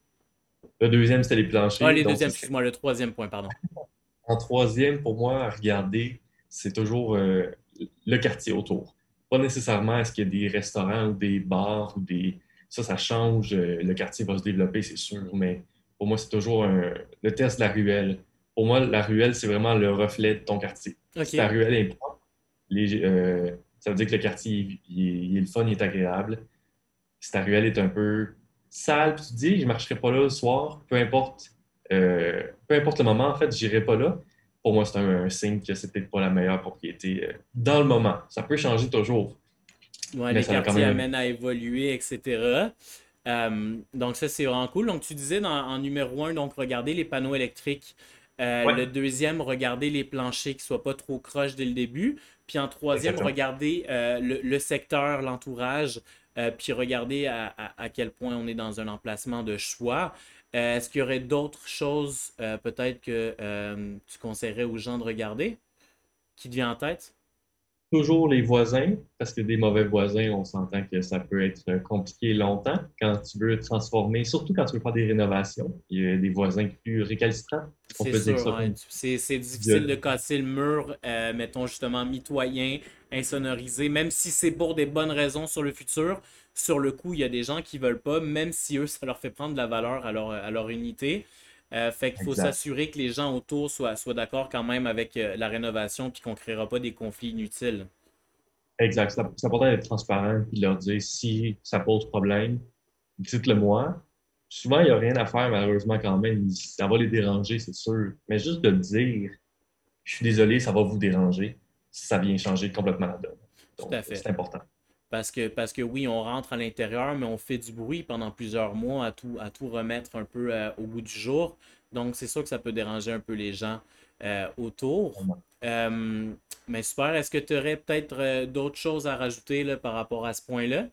Le deuxième, c'était les Ah, planchers, les donc deuxièmes, ce serait excuse-moi, le troisième point, pardon. en troisième pour moi à regarder, c'est toujours euh, le quartier autour. Pas nécessairement est-ce qu'il y a des restaurants ou des bars ou des. Ça, ça change. euh, Le quartier va se développer, c'est sûr, mais pour moi, c'est toujours un- le test de la ruelle. Pour moi, la ruelle, c'est vraiment le reflet de ton quartier. Si ta OK. ruelle est propre, les, euh, ça veut dire que le quartier, il, il est, il est le fun, il est agréable. Si ta ruelle est un peu sale, puis tu te dis, je ne marcherai pas là le soir, peu importe, euh, peu importe le moment, en fait, je n'irai pas là. Pour moi, c'est un, un signe que c'est peut-être pas la meilleure propriété euh, dans le moment. Ça peut changer toujours, Ouais, mais les ça a quand quartiers même un... amènent à évoluer, et cetera. Euh, donc ça, c'est vraiment cool. Donc tu disais dans, en numéro un, donc regarder les panneaux électriques. Euh, Ouais, le deuxième, regarder les planchers qui ne soient pas trop croches dès le début. Puis en troisième, exactement. regarder euh, le, le secteur, l'entourage, euh, puis regarder à, à- à quel point on est dans un emplacement de choix. Euh, est-ce qu'il y aurait d'autres choses euh, peut-être que euh, tu conseillerais aux gens de regarder qui te vient en tête? Toujours les voisins, parce que des mauvais voisins, on s'entend que ça peut être euh, compliqué longtemps quand tu veux transformer, surtout quand tu veux faire des rénovations. Il y a des voisins plus récalcitrants, on C'est peut dire sûr, ça hein. comme C'est, c'est ça. difficile de casser le mur, euh, mettons justement mitoyen, insonorisé, même si c'est pour des bonnes raisons sur le futur. Sur le coup, il y a des gens qui veulent pas, même si eux, ça leur fait prendre de la valeur à leur, à leur unité. Euh, fait qu'il faut Exact. s'assurer que les gens autour soient, soient d'accord quand même avec euh, la rénovation, puis qu'on ne créera pas des conflits inutiles. Exact. C'est c'est important d'être transparent et de leur dire si ça pose problème, dites-le moi. Souvent, il n'y a rien à faire, malheureusement, quand même. Ça va les déranger, c'est sûr. Mais juste de le dire, je suis désolé, ça va vous déranger, ça vient changer complètement la donne. Tout Donc, à fait. c'est important. Parce que, parce que oui, on rentre à l'intérieur, mais on fait du bruit pendant plusieurs mois à tout, à tout remettre un peu euh, au bout du jour. Donc, c'est sûr que ça peut déranger un peu les gens euh, autour. Euh, mais super. Est-ce que tu aurais peut-être euh, d'autres choses à rajouter là, par rapport à ce point-là?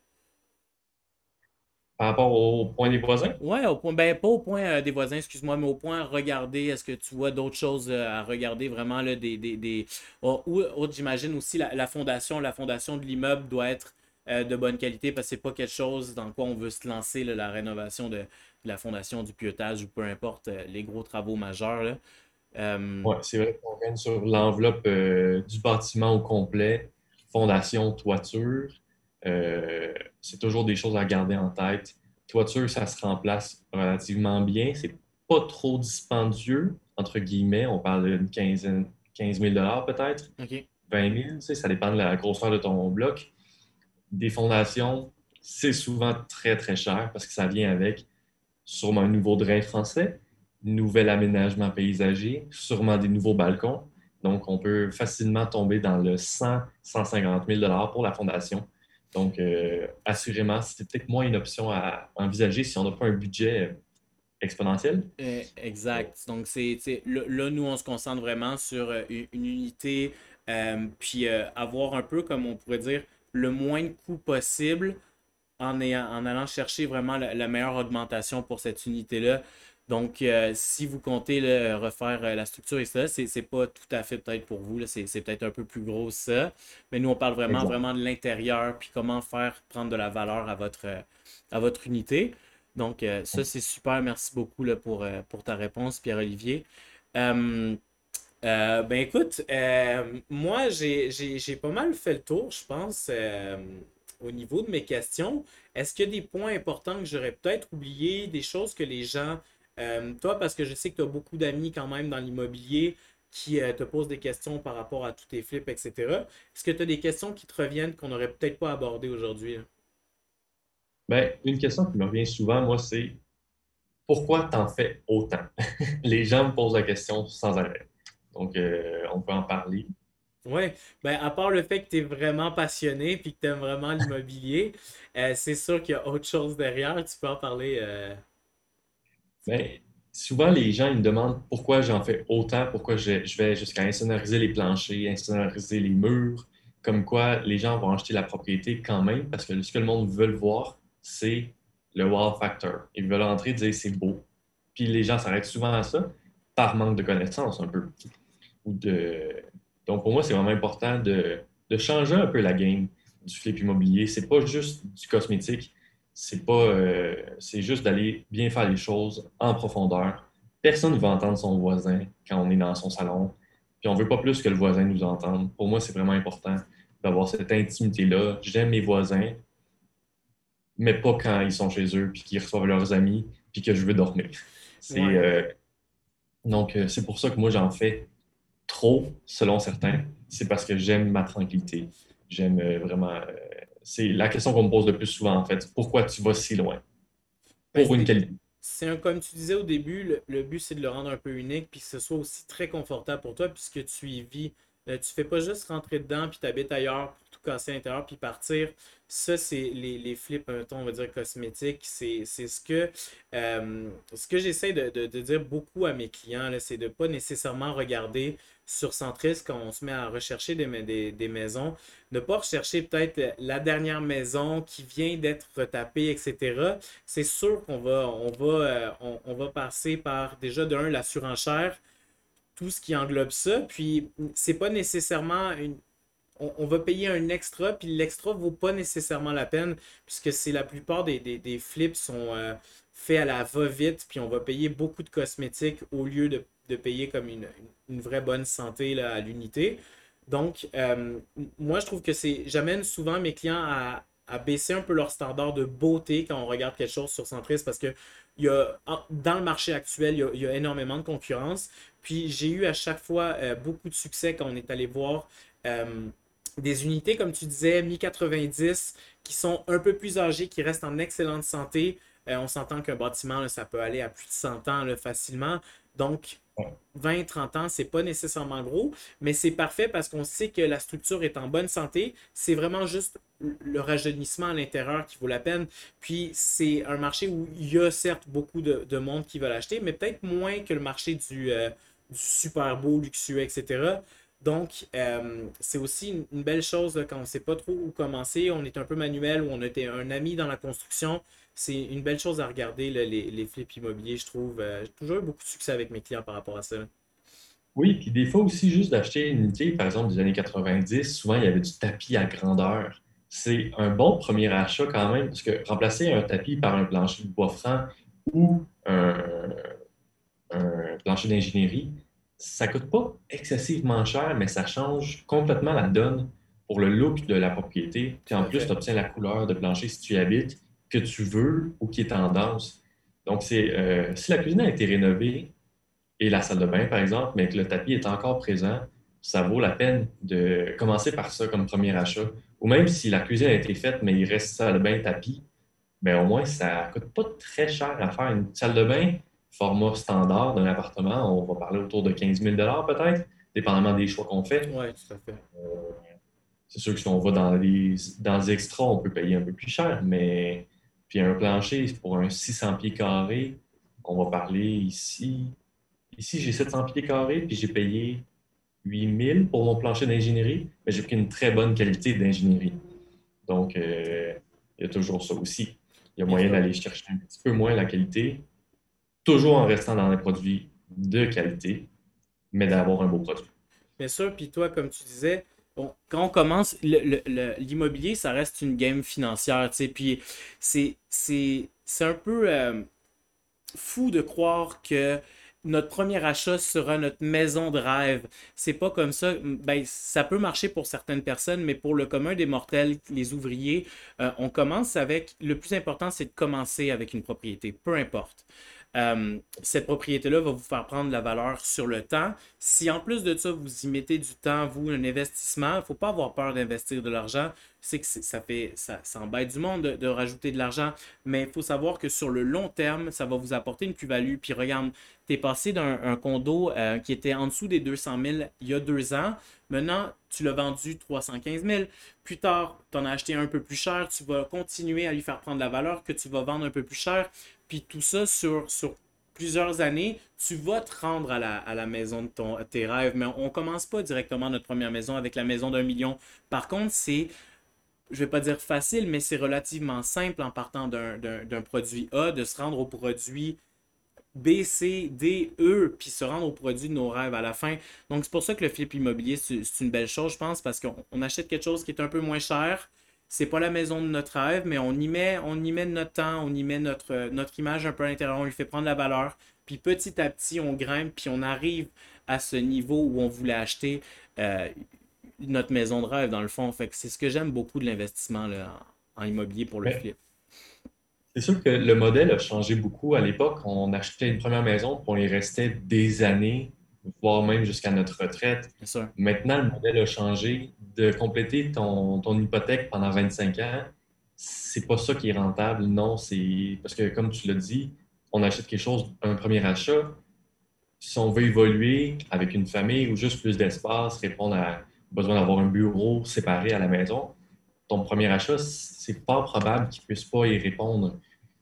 Par rapport au point des voisins, Ouais, au point, ben pas au point euh, des voisins, excuse-moi, mais au point regarder, est-ce que tu vois d'autres choses euh, à regarder vraiment là, des, des, des... Oh, ou autre, j'imagine aussi la, la fondation, la fondation de l'immeuble doit être euh, de bonne qualité parce que c'est pas quelque chose dans quoi on veut se lancer, là, la rénovation de, de la fondation, du pilotage ou peu importe euh, les gros travaux majeurs là. Euh, ouais, c'est vrai qu'on gagne sur l'enveloppe euh, du bâtiment au complet, fondation, toiture. Euh, c'est toujours des choses à garder en tête. Toiture, ça se remplace relativement bien. C'est pas trop dispendieux, entre guillemets. On parle d'une quinzaine, quinze mille dollars peut-être, ok, vingt mille, tu sais, ça dépend de la grosseur de ton bloc. Des fondations, c'est souvent très, très cher parce que ça vient avec sûrement un nouveau drain français, nouvel aménagement paysager, sûrement des nouveaux balcons. Donc, on peut facilement tomber dans le cent, cent cinquante mille dollars pour la fondation. Donc, euh, assurément, c'est peut-être moins une option à envisager si on n'a pas un budget exponentiel. Euh, Euh, exact. Donc, c'est, tu sais, là, là, nous, on se concentre vraiment sur euh, une, une unité, euh, puis euh, avoir un peu, comme on pourrait dire, le moins de coûts possible en, ayant- en allant chercher vraiment la, la meilleure augmentation pour cette unité-là. Donc, euh, si vous comptez là, refaire euh, la structure et ça, c'est, c'est pas tout à fait peut-être pour vous, là, c'est, c'est peut-être un peu plus gros ça. Mais nous, on parle vraiment, Exact. vraiment de l'intérieur, puis comment faire prendre de la valeur à votre, euh, à votre unité. Donc, euh, ça, c'est super. Merci beaucoup là, pour, euh, pour ta réponse, Pierre-Olivier. Euh, euh, ben écoute, euh, moi j'ai j'ai- j'ai pas mal fait le tour, je pense, euh, au niveau de mes questions. Est-ce qu'il y a des points importants que j'aurais peut-être oubliés, des choses que les gens, euh, toi, parce que je sais que tu as beaucoup d'amis quand même dans l'immobilier qui euh, te posent des questions par rapport à tous tes flips, et cetera. Est-ce que tu as des questions qui te reviennent qu'on n'aurait peut-être pas abordées aujourd'hui, là? Ben, une question qui me revient souvent, moi, c'est pourquoi t'en fais autant? Les gens me posent la question sans arrêt. Donc, euh, on peut en parler. Ouais, ben à part le fait que tu es vraiment passionné puis que tu aimes vraiment l'immobilier, euh, c'est sûr qu'il y a autre chose derrière. Tu peux en parler. euh, Mais souvent, les gens ils me demandent pourquoi j'en fais autant, pourquoi je, je vais jusqu'à insonoriser les planchers, insonoriser les murs, comme quoi les gens vont acheter la propriété quand même, parce que ce que le monde veut voir, c'est le wow factor. Ils veulent entrer et dire c'est beau. Puis les gens s'arrêtent souvent à ça par manque de connaissances un peu. Ou de... Donc pour moi, c'est vraiment important de, de changer un peu la game du flip immobilier. C'est pas juste du cosmétique, c'est pas, euh, c'est juste d'aller bien faire les choses en profondeur. Personne ne va entendre son voisin quand on est dans son salon, puis on veut pas plus que le voisin nous entende. Pour moi, c'est vraiment important d'avoir cette intimité-là. J'aime mes voisins, mais pas quand ils sont chez eux, puis qu'ils reçoivent leurs amis, puis que je veux dormir. C'est, Ouais. euh, donc, euh, c'est pour ça que moi, j'en fais trop, selon certains. C'est parce que j'aime ma tranquillité. J'aime euh, vraiment. euh, c'est la question qu'on me pose le plus souvent, en fait. Pourquoi tu vas si loin? Ben, Pour une c'est, qualité. c'est un, comme tu disais au début, le, le but c'est de le rendre un peu unique, puis que ce soit aussi très confortable pour toi, puisque tu y vis. Euh, tu fais pas juste rentrer dedans, puis t'habites ailleurs pour tout casser à l'intérieur, puis partir. Ça, c'est les, les flips, mettons, on va dire cosmétiques. C'est, c'est ce que, euh, ce que j'essaie de, de- de dire beaucoup à mes clients, là, c'est de pas nécessairement regarder sur Centris quand on se met à rechercher des, ma- des, des maisons, ne pas rechercher peut-être la dernière maison qui vient d'être retapée, et cetera. C'est sûr qu'on va, on va, euh, on, on va passer par déjà de un, la surenchère, tout ce qui englobe ça. Puis c'est pas nécessairement une. On, on va payer un extra, puis l'extra vaut pas nécessairement la peine, puisque c'est la plupart des, des, des flips sont euh, faits à la va-vite, puis on va payer beaucoup de cosmétiques au lieu de, de payer comme une, une vraie bonne santé là, à l'unité. Donc, euh, moi, je trouve que c'est. J'amène souvent mes clients à, à baisser un peu leur standard de beauté quand on regarde quelque chose sur Centris parce que il y a, en- dans le marché actuel, il y a, il y a énormément de concurrence. Puis j'ai eu à chaque fois euh, beaucoup de succès quand on est allé voir euh, des unités, comme tu disais, mi quatre-vingt-dix, qui sont un peu plus âgées, qui restent en excellente santé. Euh, on s'entend qu'un bâtiment, là, ça peut aller à plus de cent ans là, facilement. Donc, vingt trente ans, c'est pas nécessairement gros, mais c'est parfait parce qu'on sait que la structure est en bonne santé. C'est vraiment juste le rajeunissement à l'intérieur qui vaut la peine. Puis c'est un marché où il y a certes beaucoup de, de monde qui va l'acheter, mais peut-être moins que le marché du, euh, du super beau, luxueux, et cetera. Donc, euh, c'est aussi une, une belle chose là, quand on ne sait pas trop où commencer. On est un peu manuel ou on était un ami dans la construction. C'est une belle chose à regarder, là, les, les flips immobiliers, je trouve. Euh, j'ai toujours eu beaucoup de succès avec mes clients par rapport à ça. Oui, puis des fois aussi, juste d'acheter une unité, par exemple, des années quatre-vingt-dix, souvent, il y avait du tapis à grandeur. C'est un bon premier achat quand même, parce que remplacer un tapis par un plancher de bois franc ou un, un plancher d'ingénierie, ça coûte pas excessivement cher, mais ça change complètement la donne pour le look de la propriété. Puis Tout en à plus, tu fait. obtiens la couleur de plancher si tu y habites, que tu veux ou qui est tendance. Donc, c'est euh, si la cuisine a été rénovée et la salle de bain, par exemple, mais que le tapis est encore présent, ça vaut la peine de commencer par ça comme premier achat. Ou même si la cuisine a été faite, mais il reste salle de bain, tapis, ben au moins, ça coûte pas très cher à faire. Une salle de bain, format standard d'un appartement, on va parler autour de quinze mille peut-être, dépendamment des choix qu'on fait. Ouais, tout à fait. C'est sûr que si on va dans les, dans les extras, on peut payer un peu plus cher, mais puis un plancher, pour un six cents pieds carrés, on va parler ici. Ici, j'ai sept cents pieds carrés, puis j'ai payé huit mille pour mon plancher d'ingénierie, mais j'ai pris une très bonne qualité d'ingénierie. Donc, euh, il y a toujours ça aussi. Il y a Bien moyen sûr. d'aller chercher un petit peu moins la qualité, toujours en restant dans les produits de qualité, mais d'avoir un beau produit. Bien sûr, puis toi, comme tu disais, on- quand on commence, le- le- le- l'immobilier, ça reste une game financière, tu sais, puis c'est, c'est, c'est un peu euh, fou de croire que notre premier achat sera notre maison de rêve. C'est pas comme ça. Ben, ça peut marcher pour certaines personnes, mais pour le commun des mortels, les ouvriers, euh, on commence avec. Le plus important, c'est de commencer avec une propriété, peu importe. Euh, cette propriété-là va vous faire prendre la valeur sur le temps. Si en plus de ça, vous y mettez du temps, vous, un investissement, il ne faut pas avoir peur d'investir de l'argent. Je sais que ça fait, ça, ça embête du monde de, de rajouter de l'argent, mais il faut savoir que sur le long terme, ça va vous apporter une plus-value. Puis regarde, tu es passé d'un un condo euh, qui était en dessous des deux cent mille il y a deux ans. Maintenant, tu l'as vendu trois cent quinze mille. Plus tard, tu en as acheté un peu plus cher. Tu vas continuer à lui faire prendre la valeur que tu vas vendre un peu plus cher. Puis tout ça sur, sur plusieurs années, tu vas te rendre à la, à la maison de ton, tes rêves. Mais on ne commence pas directement notre première maison avec la maison d'un million. Par contre, c'est je vais pas dire facile, mais c'est relativement simple en partant d'un d'un- d'un produit A, de se rendre au produit B, C, D, E, puis se rendre au produit de nos rêves à la fin. Donc, c'est pour ça que le flip immobilier, c'est c'est une belle chose, je pense, parce qu'on on achète quelque chose qui est un peu moins cher. C'est pas la maison de notre rêve, mais on y met, on y met notre temps, on y met notre, notre image un peu à l'intérieur, on lui fait prendre la valeur. Puis petit à petit, on grimpe, puis on arrive à ce niveau où on voulait acheter euh, notre maison de rêve, dans le fond. Fait que c'est ce que j'aime beaucoup de l'investissement là, en, en immobilier pour le Mais flip. c'est sûr que le modèle a changé beaucoup. À l'époque, on achetait une première maison, puis on y restait des années, voire même jusqu'à notre retraite. Bien sûr. Maintenant, le modèle a changé. De compléter ton, ton hypothèque pendant vingt-cinq ans, c'est pas ça qui est rentable. Non, c'est parce que, comme tu l'as dit, on achète quelque chose, un premier achat. Si on veut évoluer avec une famille ou juste plus d'espace, répondre à besoin d'avoir un bureau séparé à la maison, ton premier achat, c'est pas probable qu'il puisse pas y répondre.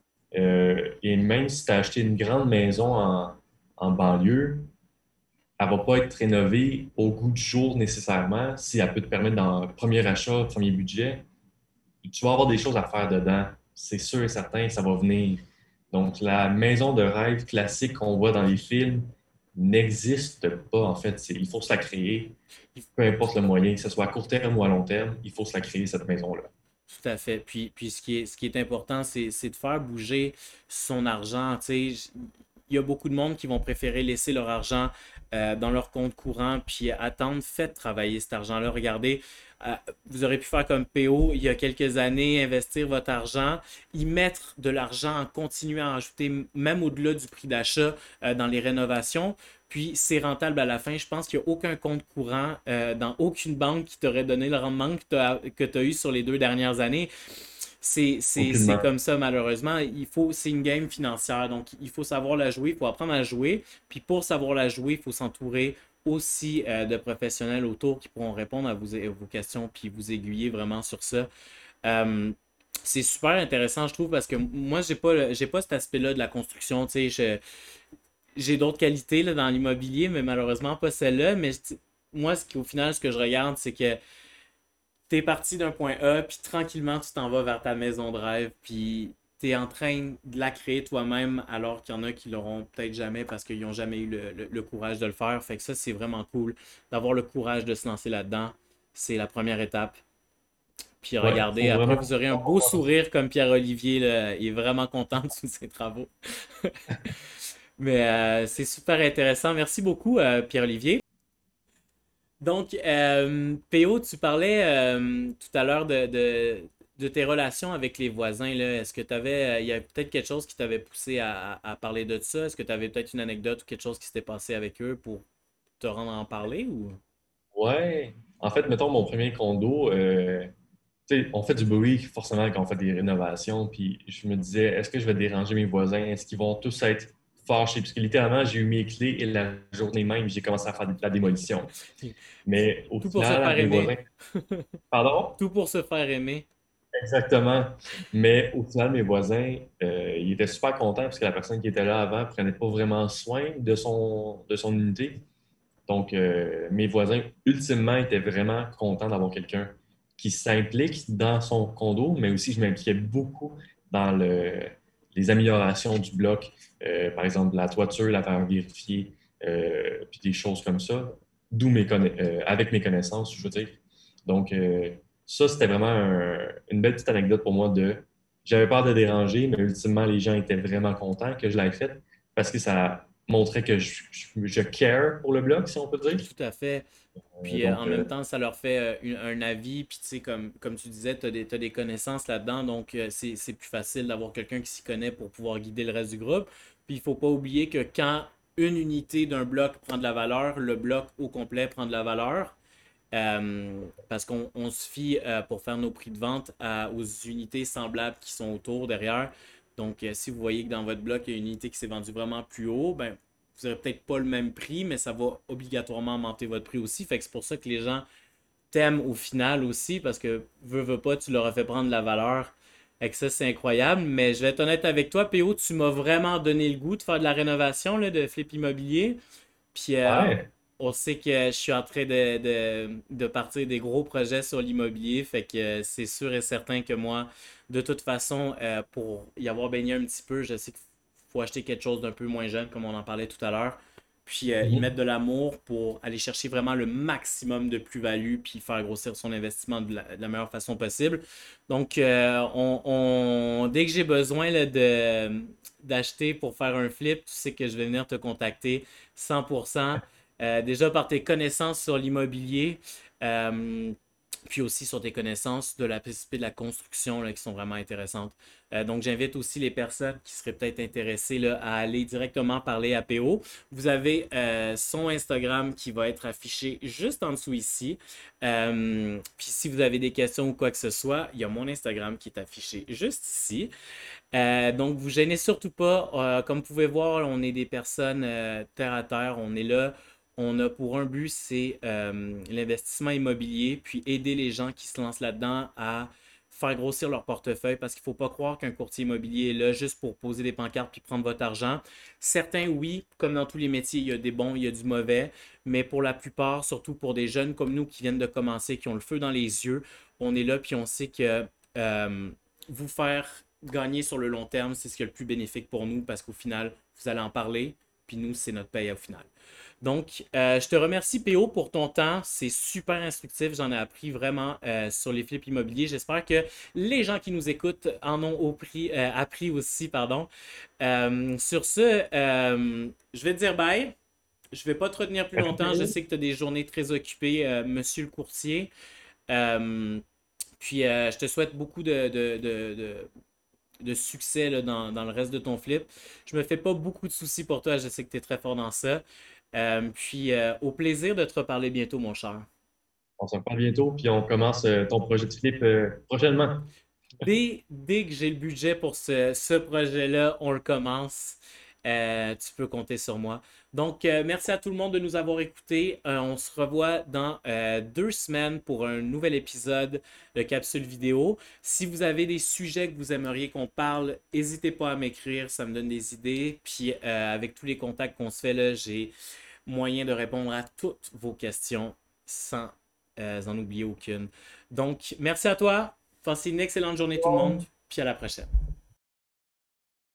Euh, et même si tu as acheté une grande maison en, en banlieue, elle ne va pas être rénovée au goût du jour nécessairement. Si elle peut te permettre dans le premier achat, premier budget, tu vas avoir des choses à faire dedans. C'est sûr et certain, ça va venir. Donc, la maison de rêve classique qu'on voit dans les films n'existe pas, en fait. C'est- il faut se la créer, peu importe le moyen, que ce soit à court terme ou à long terme, il faut se la créer, cette maison-là. Tout à fait. Puis, puis ce qui est, ce qui est important, c'est, c'est de faire bouger son argent. Tu sais, j- il y a beaucoup de monde qui vont préférer laisser leur argent euh, dans leur compte courant puis attendre. Faites travailler cet argent-là. Regardez, euh, vous aurez pu faire comme P O il y a quelques années, investir votre argent, y mettre de l'argent, continuer à en ajouter m- même au-delà du prix d'achat euh, dans les rénovations. Puis c'est rentable à la fin. Je pense qu'il n'y a aucun compte courant euh, dans aucune banque qui t'aurait donné le rendement que tu as, que tu as eu sur les deux dernières années. C'est, c'est, c'est Aucunement. comme ça, malheureusement. Il faut, c'est une game financière. Donc, il faut savoir la jouer, il faut apprendre à jouer. Puis pour savoir la jouer, il faut s'entourer aussi euh, de professionnels autour qui pourront répondre à vos, à vos questions puis vous aiguiller vraiment sur ça. Euh, c'est super intéressant, je trouve, parce que moi, j'ai pas, le- j'ai pas cet aspect-là de la construction. Tu sais, je, j'ai d'autres qualités là, dans l'immobilier, mais malheureusement pas celle-là. Mais je- moi, ce qui, au final, ce que je regarde, c'est que tu es parti d'un point A, puis tranquillement, tu t'en vas vers ta maison de rêve, puis tu es en train de la créer toi-même, alors qu'il y en a qui l'auront peut-être jamais parce qu'ils n'ont jamais eu le, le- le courage de le faire. Fait que ça, c'est vraiment cool d'avoir le courage de se lancer là-dedans. C'est la première étape. Puis Ouais, il regardez, faut après, vraiment. vous aurez un beau sourire comme Pierre-Olivier, là. Il est vraiment content de tous ses travaux. Mais euh, c'est super intéressant. Merci beaucoup, euh, Pierre-Olivier. Donc, euh, P O, tu parlais euh, tout à l'heure de, de, de tes relations avec les voisins, là. Est-ce que tu avais, il y a peut-être quelque chose qui t'avait poussé à, à- à parler de ça? Est-ce que tu avais peut-être une anecdote ou quelque chose qui s'était passé avec eux pour te rendre à en parler ou? Ouais. En fait, mettons mon premier condo, euh, tu sais, on fait du bruit forcément quand on fait des rénovations, puis je me disais, est-ce que je vais déranger mes voisins? Est-ce qu'ils vont tous être fâché, parce que littéralement, j'ai eu mes clés et la journée même, j'ai commencé à faire de la démolition. Mais au Tout pour se faire final, mes voisins, aimer. pardon? Tout pour se faire aimer. Exactement. Mais au final, mes voisins, euh, ils étaient super contents parce que la personne qui était là avant prenait pas vraiment soin de son, de son unité. Donc, euh, mes voisins, ultimement, étaient vraiment contents d'avoir quelqu'un qui s'implique dans son condo, mais aussi je m'impliquais beaucoup dans le, les améliorations du bloc. Euh, par exemple, la toiture, la faire vérifier, euh, puis des choses comme ça, d'où mes conna- euh, avec mes connaissances, je veux dire. Donc, euh, ça, c'était vraiment un- une belle petite anecdote pour moi de j'avais peur de déranger, mais ultimement, les gens étaient vraiment contents que je l'avais fait parce que ça montrait que je, je, je care pour le bloc, si on peut dire. Tout à fait. Euh, Puis euh, en donc, même euh, temps, ça leur fait euh, une- un avis. Puis tu sais, comme, comme tu disais, tu as des, t'as des connaissances là-dedans. Donc euh, c'est c'est plus facile d'avoir quelqu'un qui s'y connaît pour pouvoir guider le reste du groupe. Puis il faut pas oublier que quand une unité d'un bloc prend de la valeur, le bloc au complet prend de la valeur. Euh, parce qu'on on se fie euh, pour faire nos prix de vente à- aux unités semblables qui sont autour derrière. Donc, euh, si vous voyez que dans votre bloc, il y a une unité qui s'est vendue vraiment plus haut, ben, vous n'aurez peut-être pas le même prix, mais ça va obligatoirement monter votre prix aussi. Fait que c'est pour ça que les gens t'aiment au final aussi, parce que veux, veux pas, tu leur as fait prendre de la valeur. Et que ça, c'est incroyable. Mais je vais être honnête avec toi, P O, tu m'as vraiment donné le goût de faire de la rénovation, là, de flip immobilier. Puis euh, ouais. on sait que je suis en train de, de, de partir des gros projets sur l'immobilier. Fait que euh, c'est sûr et certain que moi, de toute façon, euh, pour y avoir baigné un petit peu, je sais qu'il faut acheter quelque chose d'un peu moins jeune, comme on en parlait tout à l'heure. Puis euh, y mettre Mhm. de l'amour pour aller chercher vraiment le maximum de plus-value, puis faire grossir son investissement de la, de la meilleure façon possible. Donc, euh, on, on- dès que j'ai besoin là, de, d'acheter pour faire un flip, tu sais que je vais venir te contacter cent pour cent. Euh, déjà par tes connaissances sur l'immobilier, euh, puis aussi sur tes connaissances de la, de la construction là, qui sont vraiment intéressantes. Euh, donc, j'invite aussi les personnes qui seraient peut-être intéressées là, à aller directement parler à P O. Vous avez euh, son Instagram qui va être affiché juste en dessous ici. Euh, puis si vous avez des questions ou quoi que ce soit, il y a mon Instagram qui est affiché juste ici. Euh, donc, vous gênez surtout pas. Euh, comme vous pouvez voir, on est des personnes euh, terre à terre. On est là. On a pour un but, c'est euh, l'investissement immobilier, puis aider les gens qui se lancent là-dedans à faire grossir leur portefeuille parce qu'il ne faut pas croire qu'un courtier immobilier est là juste pour poser des pancartes puis prendre votre argent. Certains, oui, comme dans tous les métiers, il y a des bons, il y a du mauvais, mais pour la plupart, surtout pour des jeunes comme nous qui viennent de commencer, qui ont le feu dans les yeux, on est là puis on sait que euh, vous faire gagner sur le long terme, c'est ce qui est le plus bénéfique pour nous parce qu'au final, vous allez en parler, puis nous, c'est notre paye au final. Donc, euh, je te remercie, P O, pour ton temps. C'est super instructif. J'en ai appris vraiment euh, sur les flips immobiliers. J'espère que les gens qui nous écoutent en ont au prix, euh, appris aussi. Pardon. Euh, sur ce, euh, je vais te dire bye. Je ne vais pas te retenir plus Ça fait longtemps. Je plaisir. sais que tu as des journées très occupées, euh, monsieur le courtier. Euh, puis, euh, je te souhaite beaucoup de, de, de, de, de succès là, dans, dans le reste de ton flip. Je me fais pas beaucoup de soucis pour toi. Je sais que tu es très fort dans ça. Euh, puis, euh, au plaisir de te reparler bientôt, mon cher. On se reparle bientôt, puis on commence euh, ton projet de flip euh, prochainement. Dès, dès que j'ai le budget pour ce, ce projet-là, on le commence. Euh, tu peux compter sur moi. Donc, euh, merci à tout le monde de nous avoir écoutés. Euh, on se revoit dans euh, deux semaines pour un nouvel épisode de Capsule Vidéo. Si vous avez des sujets que vous aimeriez qu'on parle, n'hésitez pas à m'écrire, ça me donne des idées. Puis, euh, avec tous les contacts qu'on se fait là, j'ai moyen de répondre à toutes vos questions sans euh, en oublier aucune. Donc, merci à toi. Passez une excellente journée tout le monde, puis à la prochaine.